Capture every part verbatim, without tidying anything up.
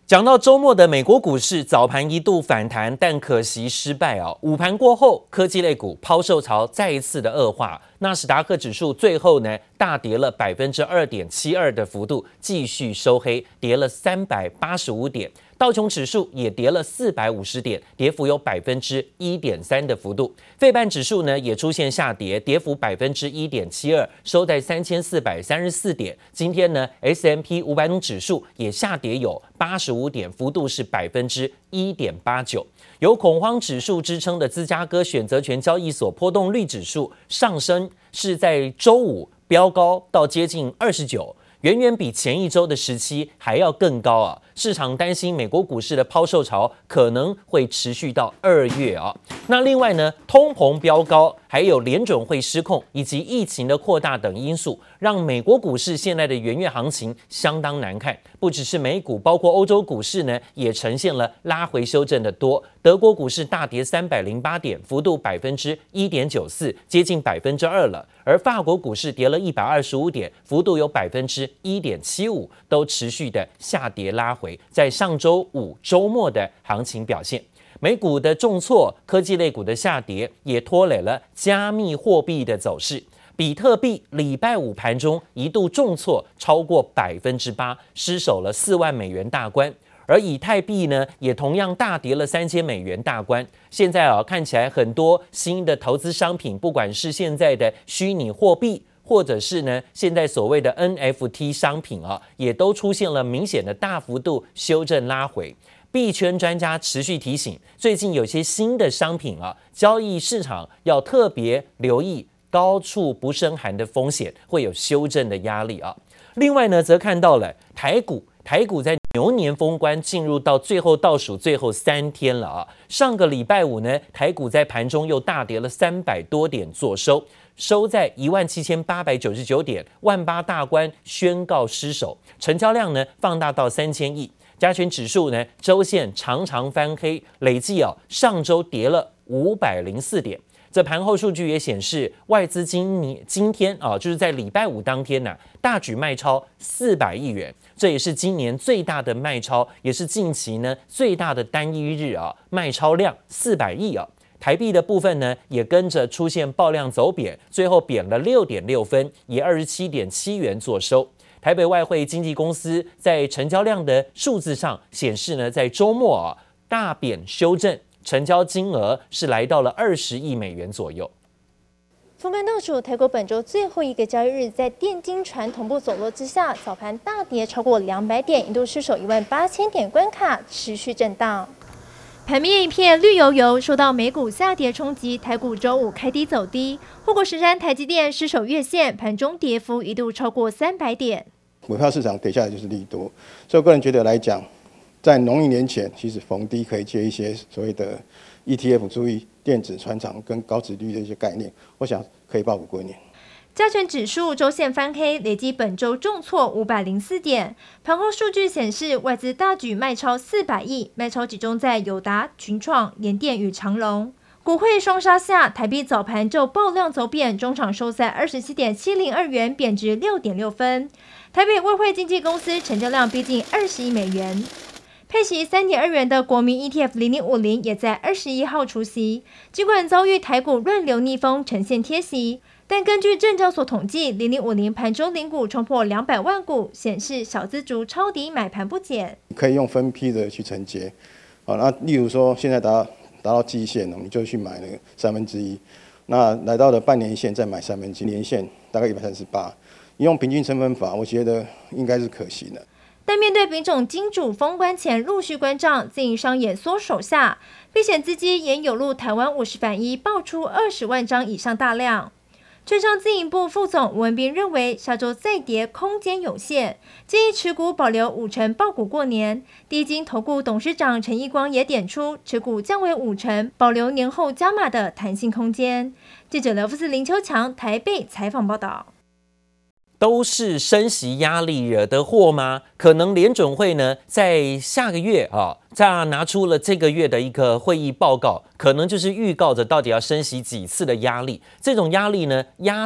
讲到周末的美国股市，早盘一度反弹，但可惜失败哦。午盘过后，科技类股抛售潮再一次的恶化，纳斯达克指数最后呢大跌了百分之二点七二的幅度，继续收黑，跌了三百八十五点。道琼指数也跌了四百五十点，跌幅有百分之一点三的幅度。费半指数呢也出现下跌，跌幅百分之一点七二，收在三千四百三十四点。今天呢 ，S and P 五百种指数也下跌有八十五点，幅度是百分之一点八九。有恐慌指数支撑的芝加哥选择权交易所波动率指数上升，是在周五飙高到接近二十九。远远比前一周的时期还要更高啊！市场担心美国股市的抛售潮可能会持续到二月啊。那另外呢，通膨飙高，还有联准会失控以及疫情的扩大等因素，让美国股市现在的元月行情相当难看。不只是美股，包括欧洲股市呢，也呈现了拉回修正的多。德国股市大跌三百零八点，幅度百分之一点九四，接近百分之二了。而法国股市跌了一百二十五点，幅度有百分之一点七五，都持续的下跌拉回。在上周五周末的行情表现，美股的重挫，科技类股的下跌，也拖累了加密货币的走势。比特币礼拜五盘中一度重挫超过百分之八，失守了四万美元大关。而以太币呢，也同样大跌了三千美元大关。现在啊，看起来很多新的投资商品，不管是现在的虚拟货币，或者是呢现在所谓的 N F T 商品啊，也都出现了明显的大幅度修正拉回。币圈专家持续提醒，最近有些新的商品啊，交易市场要特别留意高处不胜寒的风险，会有修正的压力啊。另外呢，则看到了台股，台股在牛年封关进入到最后倒数最后三天了啊！上个礼拜五呢，台股在盘中又大跌了三百多点做收，收在一万七千八百九十九点，万八大关宣告失守，成交量呢放大到三千亿，加权指数呢周线长长翻黑，累计啊上周跌了五百零四点。这盘后数据也显示，外资今年今天啊，就是在礼拜五当天呐、啊，大举卖超四百亿元，这也是今年最大的卖超，也是近期呢最大的单一日啊卖超量四百亿啊。台币的部分呢，也跟着出现爆量走贬，最后贬了六点六分，以二十七点七元做收。台北外汇经纪公司在成交量的数字上显示呢，在周末啊大贬修正。成交金额是来到了二十亿美元左右。 封关倒数，台股本周最后一个交易日，在电金传同步走弱之下，早盘大跌超过两百点，一度失守一万八千点关卡，持续震荡。盘面一片绿油油，受到美股下跌冲击，台股周五开低走低，护国神山台积电失守月线，盘中跌幅一度超过三百点。 股票市场跌下来就是利多，所以我个人觉得来讲。在农历年前，其实逢低可以接一些所谓的 E T F， 注意电子、传产跟高殖率的一些概念，我想可以报复过年。 加权指数周线翻黑，累计本周重挫五百零四点。盘后数据显示，外资大举卖超四百亿，卖超集中在友达、群创、联电与长荣。股汇双杀下，台币早盘就爆量走贬，中场收在二十七点七零二元，贬值六点六分。台北外汇经纪公司成交量逼近二十亿美元。配息三点二元的国民 E T F 零零五零也在二十一号除息，尽管遭遇台股乱流逆风，呈现贴息，但根据证交所统计，零零五零盘中零股冲破两百万股，显示小资族抄底买盘不减。 可以用分批的去承接，好，那例如说现在达到达到季线了，你就去买那个三分之一，那来到了半年线再买三分之一，年线大概一百三十八，用平均成本法，我觉得应该是可行的。 但面对丙种金主封关前陆续关账，自营商也缩手下，避险资金也涌入台湾五十反一，爆出二十万张以上大量。券商自营部副总吴文彬认为，下周再跌空间有限，建议持股保留五成抱股过年。第一金投顾董事长陈义光也点出，持股降为五成，保留年后加码的弹性空间。记者刘富斯林秋强台北采访报道。 都是升息压力惹的祸吗？可能联准会呢，在下个月啊，再拿出了这个月的一个会议报告，可能就是预告着到底要升息几次的压力。这种压力呢，压着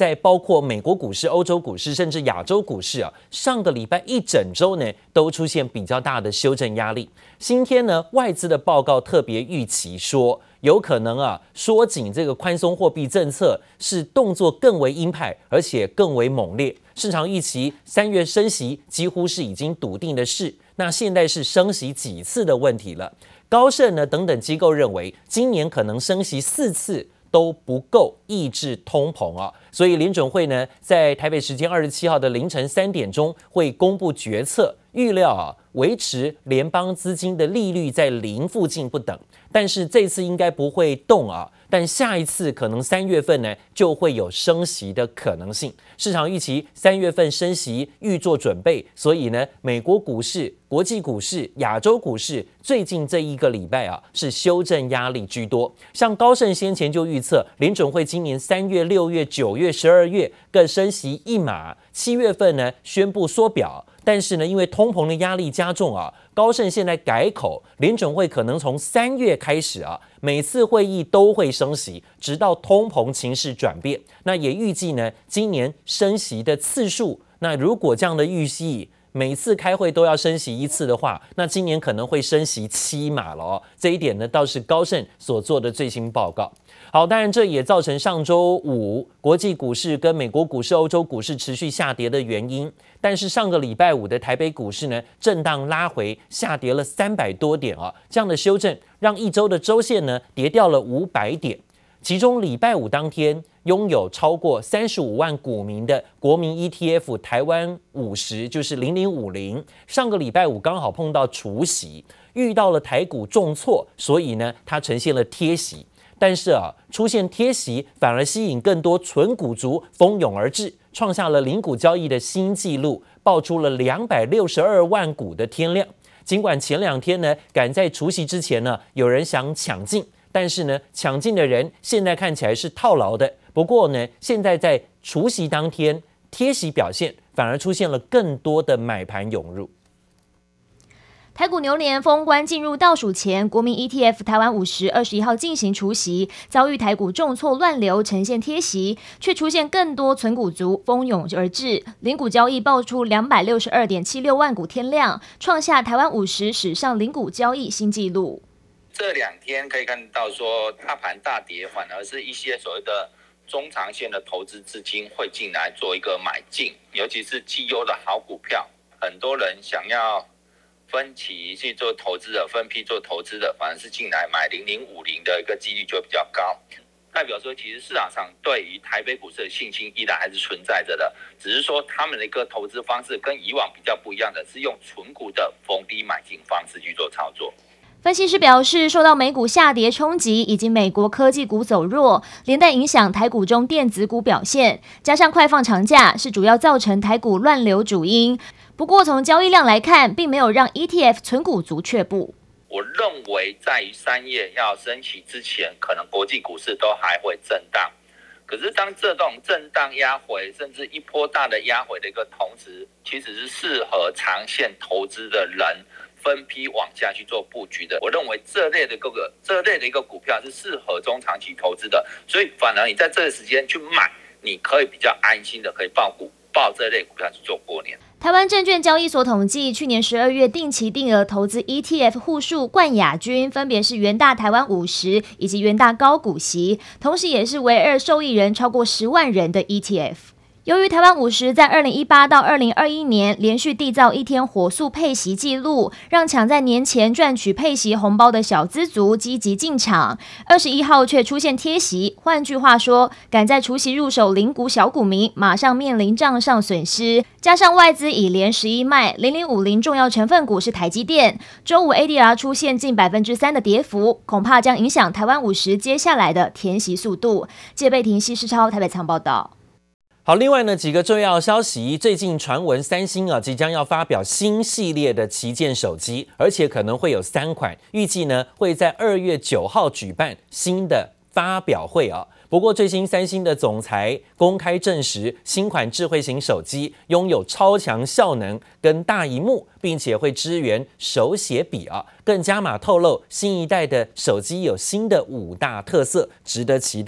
在包括美国股市、欧洲股市，甚至亚洲股市啊，上个礼拜一整周呢，都出现比较大的修正压力。今天呢，外资的报告特别预期说，有可能啊，缩紧这个宽松货币政策是动作更为鹰派，而且更为猛烈。市场预期三月升息几乎是已经笃定的事，那现在是升息几次的问题了。高盛呢等等机构认为，今年可能升息四次都不够抑制通膨啊，所以联准会呢在台北时间二十七号的凌晨三点钟会公布决策，预料啊维持联邦资金的利率在零附近不等，但是这次应该不会动啊，但下一次可能三月份呢就会有升息的可能性。市场预期三月份升息预做准备，所以呢，美国股市、国际股市、亚洲股市最近这一个礼拜啊是修正压力居多。像高盛先前就预测，联准会今年三月、六月、九月、十二月各升息一码，七月份呢宣布缩表。但是呢，因为通膨的压力加重啊，高盛现在改口，联准会可能从三月开始啊，每次会议都会升息，直到通膨情势转变。那也预计呢，今年升息的次数，那如果这样的预期，每次开会都要升息一次的话，那今年可能会升息七码了哦。这一点呢，倒是高盛所做的最新报告。好，当然这也造成上周五国际股市跟美国股市、欧洲股市持续下跌的原因。但是上个礼拜五的台北股市呢，震荡拉回，下跌了三百多点啊，这样的修正让一周的周线呢跌掉了五百点。其中礼拜五当天，拥有超过三十五万股民的国民 E T F 台湾五十，就是零零五零，上个礼拜五刚好碰到除息，遇到了台股重挫，所以呢，它呈现了贴息。但是啊，出现贴息反而吸引更多纯股族蜂拥而至，创下了零股交易的新纪录，爆出了两百六十二万股的天量。尽管前两天呢，赶在除息之前呢，有人想抢进，但是呢，抢进的人现在看起来是套牢的。不过呢，现在在除息当天，贴息表现反而出现了更多的买盘涌入。 台股牛年封关进入倒数前，国民 E T F 台湾五十二十一号进行除息，遭遇台股重挫乱流，呈现贴息，却出现更多存股族蜂拥而至，零股交易爆出两百六十二点七六万股天量，创下台湾五十史上零股交易新纪录。 这两天可以看到说，大盘大跌，反而是一些所谓的中长线的投资资金会进来做一个买进，尤其是绩优的好股票，很多人想要分期去做投资的，分批做投资的，反而是进来买零零五零的一个几率就比较高，代表说其实市场上对于台北股市的信心依然还是存在着的，只是说他们的一个投资方式跟以往比较不一样的是用纯股的逢低买进方式去做操作。 分析师表示，受到美股下跌冲击以及美国科技股走弱，连带影响台股中电子股表现，加上快放长假是主要造成台股乱流主因。不过从交易量来看，并没有让 E T F 存股族却步。 我认为在于三月要升息之前，可能国际股市都还会震荡。可是当这种震荡压回，甚至一波大的压回的一个同时，其实是适合长线投资的人分批往下去做布局的。我认为这类的个个这类的一个股票是适合中长期投资的，所以反而你在这个时间去买，你可以比较安心的可以抱股抱这类股票去做过年。 台湾证券交易所统计，去年十二月定期定额投资 E T F 户数冠亚军分别是元大台湾五十以及元大高股息，同时也是唯二受益人超过十万人的 E T F。由于台湾五十在二零一八到二零二一年连续缔造一天火速配息纪录，让抢在年前赚取配息红包的小资族积极进场。二十一号却出现贴息，换句话说，赶在除息入手零股小股民马上面临账上损失。加上外资已连十一卖零零五零重要成分股是台积电，周五 A D R 出现近百分之三的跌幅，恐怕将影响台湾五十接下来的填息速度。谢贝婷、西施超台北仓报道。 好，另外呢几个重要消息，最近传闻三星啊即将要发表新系列的旗舰手机，而且可能会有三款，预计呢会在二月九号举办新的发表会啊。不过最新三星的总裁公开证实，新款智慧型手机拥有超强效能跟大萤幕，并且会支援手写笔啊，更加码透露新一代的手机有新的五大特色，值得期待。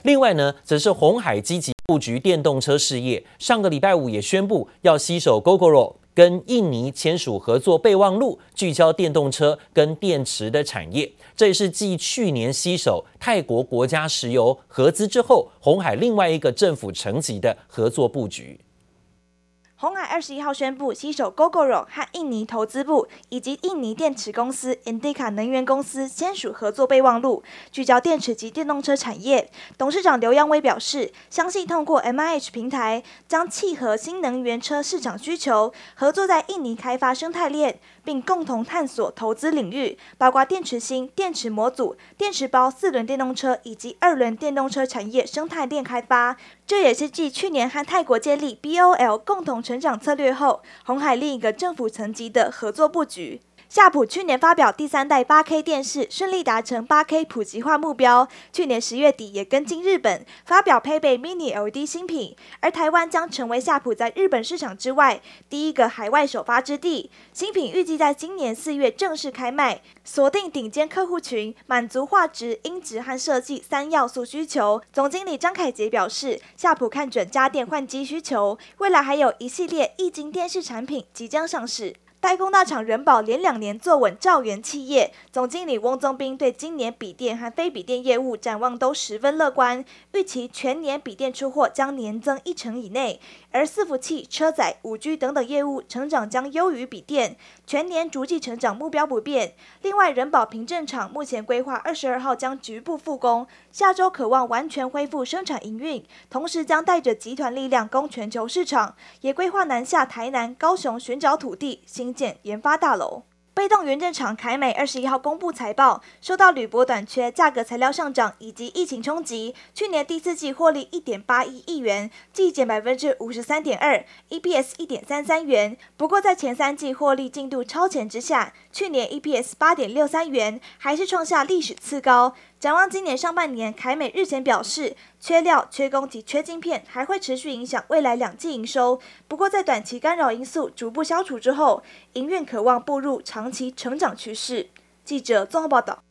另外呢，则是鸿海积极布局电动车事业，上个礼拜五也宣布要携手 Gogoro 跟印尼签署合作备忘录，聚焦电动车跟电池的产业。这也是继去年携手泰国国家石油合资之后，鸿海另外一个政府层级的合作布局。 鸿海二十一号宣布，携手 Gogoro 和印尼投资部以及印尼电池公司 Indica 能源公司签署合作备忘录，聚焦电池及电动车产业。董事长刘扬威表示，相信通过 M I H 平台，将契合新能源车市场需求，合作在印尼开发生态链，并共同探索投资领域，包括电池芯、电池模组、电池包、四轮电动车以及二轮电动车产业生态链开发。这也是继去年和泰国建立 B O L 共同成长策略后，鸿海另一个政府层级的合作布局。夏普去年发表第三代 八 K 电视，顺利达成 八 K 普及化目标。去年十月底也跟进日本，发表配备 Mini L E D 新品，而台湾将成为夏普在日本市场之外第一个海外首发之地。新品预计在今年四月正式开卖，锁定顶尖客户群，满足画质、音质和设计三要素需求。总经理张凯杰表示，夏普看准家电换机需求，未来还有一系列液晶电视产品即将上市。代工大厂人保连两年坐稳兆元企业，总经理翁宗斌对今年笔电和非笔电业务展望都十分乐观，预期全年笔电出货将年增一成以内，而伺服器、车载、五 G 等等业务成长将优于笔电，全年逐季成长目标不变。另外，人保平镇厂目前规划二十二号将局部复工，下周可望完全恢复生产营运，同时将带着集团力量攻全球市场，也规划南下台南、高雄寻找土地新建研发大楼。被动元件厂凯美二十一号公布财报，受到铝箔短缺、价格材料上涨以及疫情冲击，去年第四季获利一点八一亿元，季减百分之五十三点二 ，E P S 一点三三元。不过在前三季获利进度超前之下，去年 E P S 八点六三元，还是创下历史次高。展望今年上半年，凯美日前表示，缺料、缺工及缺晶片还会持续影响未来两季营收。不过在短期干扰因素逐步消除之后，营运可望步入长期成长趋势。记者综合报道。